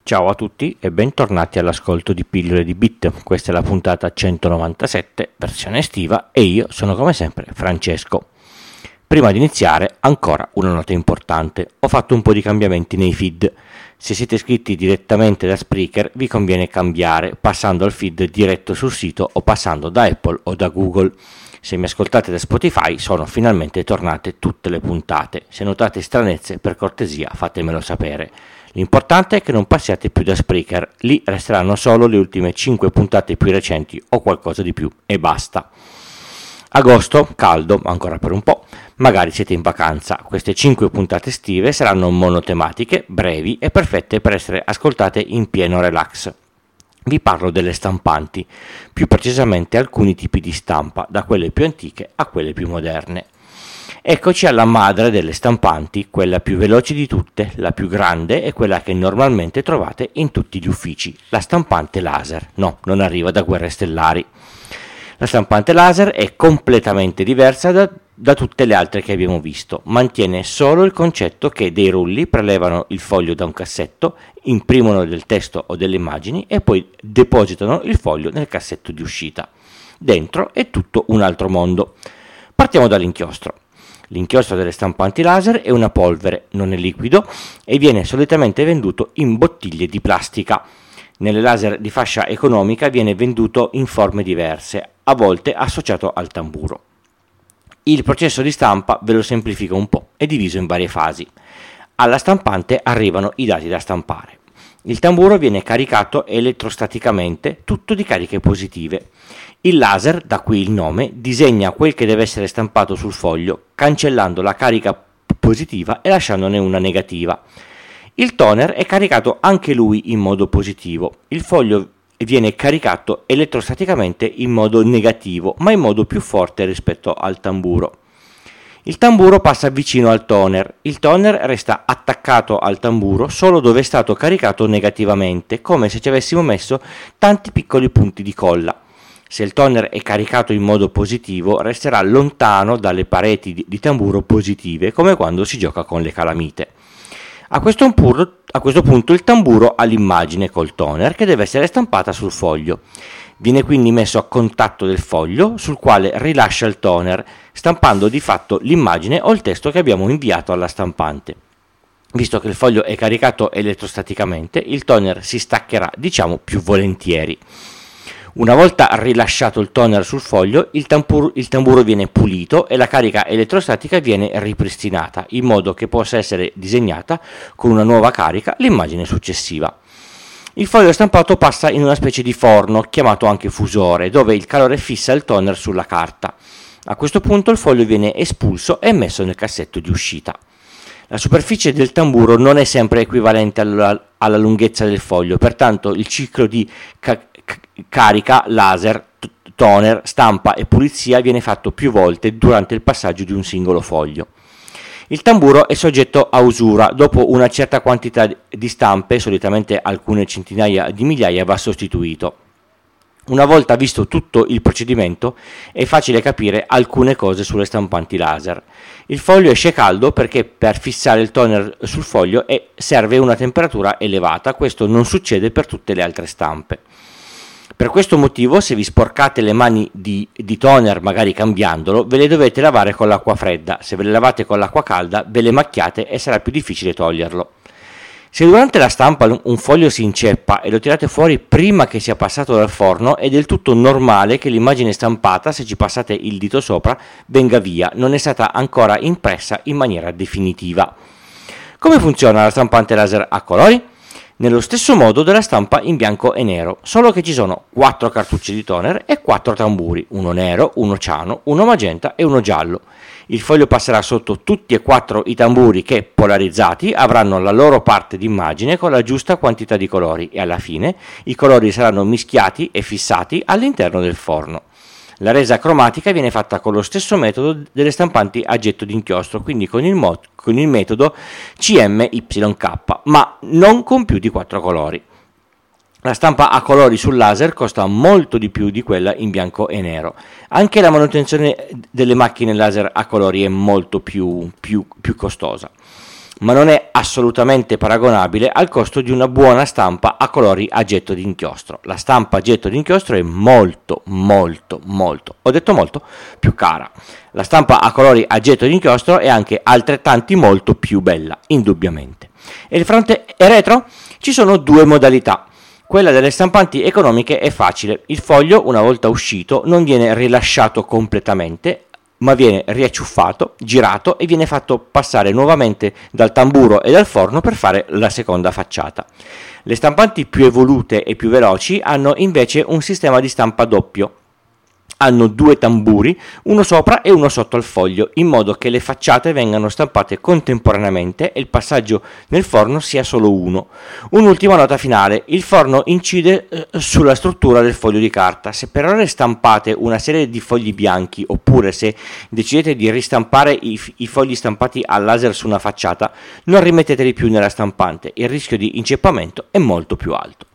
Ciao a tutti e bentornati all'ascolto di Pillole di Bit. Questa è la puntata 197, versione estiva, e io sono come sempre Francesco. Prima di iniziare, ancora una nota importante. Ho fatto un po' di cambiamenti nei feed. Se siete iscritti direttamente da Spreaker, vi conviene cambiare passando al feed diretto sul sito o passando da Apple o da Google. Se mi ascoltate da Spotify, sono finalmente tornate tutte le puntate. Se notate stranezze, per cortesia, fatemelo sapere. L'importante è che non passiate più da Spreaker, lì resteranno solo le ultime 5 puntate più recenti o qualcosa di più e basta. Agosto, caldo, ancora per un po', magari siete in vacanza. Queste 5 puntate estive saranno monotematiche, brevi e perfette per essere ascoltate in pieno relax. Vi parlo delle stampanti, più precisamente alcuni tipi di stampa, da quelle più antiche a quelle più moderne. Eccoci alla madre delle stampanti, quella più veloce di tutte, la più grande e quella che normalmente trovate in tutti gli uffici, la stampante laser. No, non arriva da Guerre Stellari. La stampante laser è completamente diversa da tutte le altre che abbiamo visto. Mantiene solo il concetto che dei rulli prelevano il foglio da un cassetto, imprimono del testo o delle immagini e poi depositano il foglio nel cassetto di uscita. Dentro è tutto un altro mondo. Partiamo dall'inchiostro. L'inchiostro delle stampanti laser è una polvere, non è liquido e viene solitamente venduto in bottiglie di plastica. Nelle laser di fascia economica viene venduto in forme diverse, a volte associato al tamburo. Il processo di stampa, ve lo semplifico un po', è diviso in varie fasi. Alla stampante arrivano i dati da stampare. Il tamburo viene caricato elettrostaticamente, tutto di cariche positive. Il laser, da qui il nome, disegna quel che deve essere stampato sul foglio, cancellando la carica positiva e lasciandone una negativa. Il toner è caricato anche lui in modo positivo. Il foglio viene caricato elettrostaticamente in modo negativo, ma in modo più forte rispetto al tamburo. Il tamburo passa vicino al toner. Il toner resta attaccato al tamburo solo dove è stato caricato negativamente, come se ci avessimo messo tanti piccoli punti di colla. Se il toner è caricato in modo positivo, resterà lontano dalle pareti di tamburo positive, come quando si gioca con le calamite. A questo punto il tamburo ha l'immagine col toner che deve essere stampata sul foglio. Viene quindi messo a contatto del foglio sul quale rilascia il toner, stampando di fatto l'immagine o il testo che abbiamo inviato alla stampante. Visto che il foglio è caricato elettrostaticamente, il toner si staccherà, diciamo, più volentieri. Una volta rilasciato il toner sul foglio, il tamburo viene pulito e la carica elettrostatica viene ripristinata, in modo che possa essere disegnata con una nuova carica l'immagine successiva. Il foglio stampato passa in una specie di forno, chiamato anche fusore, dove il calore fissa il toner sulla carta. A questo punto il foglio viene espulso e messo nel cassetto di uscita. La superficie del tamburo non è sempre equivalente alla lunghezza del foglio, pertanto il ciclo di carica, laser, toner, stampa e pulizia viene fatto più volte durante il passaggio di un singolo foglio. Il tamburo è soggetto a usura, dopo una certa quantità di stampe, solitamente alcune centinaia di migliaia, va sostituito. Una volta visto tutto il procedimento, è facile capire alcune cose sulle stampanti laser. Il foglio esce caldo perché per fissare il toner sul foglio serve una temperatura elevata, questo non succede per tutte le altre stampe. Per questo motivo, se vi sporcate le mani di toner, magari cambiandolo, ve le dovete lavare con l'acqua fredda. Se ve le lavate con l'acqua calda, ve le macchiate e sarà più difficile toglierlo. Se durante la stampa un foglio si inceppa e lo tirate fuori prima che sia passato dal forno, è del tutto normale che l'immagine stampata, se ci passate il dito sopra, venga via, non è stata ancora impressa in maniera definitiva. Come funziona la stampante laser a colori? Nello stesso modo della stampa in bianco e nero, solo che ci sono 4 cartucce di toner e 4 tamburi, uno nero, uno ciano, uno magenta e uno giallo. Il foglio passerà sotto tutti e 4 i tamburi che, polarizzati, avranno la loro parte d'immagine con la giusta quantità di colori e alla fine i colori saranno mischiati e fissati all'interno del forno. La resa cromatica viene fatta con lo stesso metodo delle stampanti a getto d'inchiostro, quindi con il metodo CMYK, ma non con più di 4 colori. La stampa a colori sul laser costa molto di più di quella in bianco e nero. Anche la manutenzione delle macchine laser a colori è molto più costosa. ma non è assolutamente paragonabile al costo di una buona stampa a colori a getto di inchiostro. La stampa a getto di inchiostro è molto, ho detto molto, più cara. La stampa a colori a getto di inchiostro è anche altrettanti molto più bella, indubbiamente. E il fronte e retro? Ci sono due modalità. Quella delle stampanti economiche è facile. Il foglio, una volta uscito, non viene rilasciato completamente, ma viene riacciuffato, girato e viene fatto passare nuovamente dal tamburo e dal forno per fare la seconda facciata. Le stampanti più evolute e più veloci hanno invece un sistema di stampa doppio. Hanno due tamburi, uno sopra e uno sotto al foglio, in modo che le facciate vengano stampate contemporaneamente e il passaggio nel forno sia solo uno. Un'ultima nota finale: il forno incide sulla struttura del foglio di carta. Se per ora stampate una serie di fogli bianchi, oppure se decidete di ristampare i fogli stampati al laser su una facciata, non rimetteteli più nella stampante, il rischio di inceppamento è molto più alto.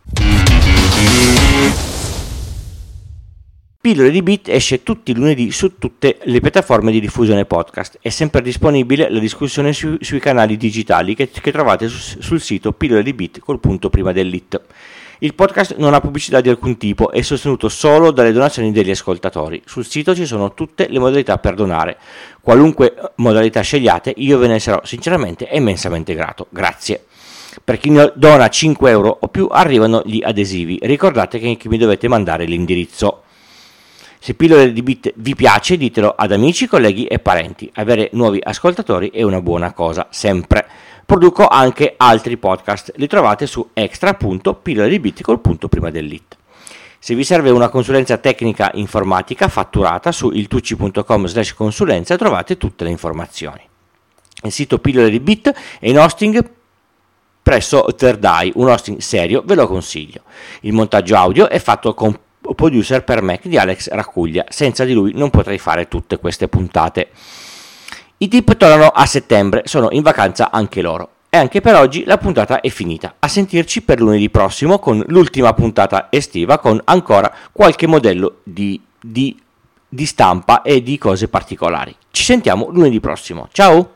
Pillole di Bit esce tutti i lunedì su tutte le piattaforme di diffusione podcast. È sempre disponibile la discussione sui canali digitali che trovate sul sito Pillole di Bit col punto prima dell'it. Il podcast non ha pubblicità di alcun tipo, è sostenuto solo dalle donazioni degli ascoltatori. Sul sito ci sono tutte le modalità per donare. Qualunque modalità scegliate, io ve ne sarò sinceramente e immensamente grato. Grazie. Per chi dona 5 euro o più arrivano gli adesivi. Ricordate che mi dovete mandare l'indirizzo. Se Pillole di Bit vi piace, ditelo ad amici, colleghi e parenti. Avere nuovi ascoltatori è una buona cosa, sempre. Produco anche altri podcast, li trovate su extra.pillole di Bit col punto prima dell'it. Se vi serve una consulenza tecnica informatica fatturata su iltucci.com/consulenza trovate tutte le informazioni. Il sito Pillole di Bit è in hosting presso Third Eye, un hosting serio, ve lo consiglio. Il montaggio audio è fatto con producer per Mac di Alex Raccuglia. Senza di lui non potrei fare tutte queste puntate. I tip tornano a settembre, sono in vacanza anche loro. E anche per oggi la puntata è finita. A sentirci per lunedì prossimo con l'ultima puntata estiva, con ancora qualche modello di stampa e di cose particolari. Ci sentiamo lunedì prossimo. Ciao!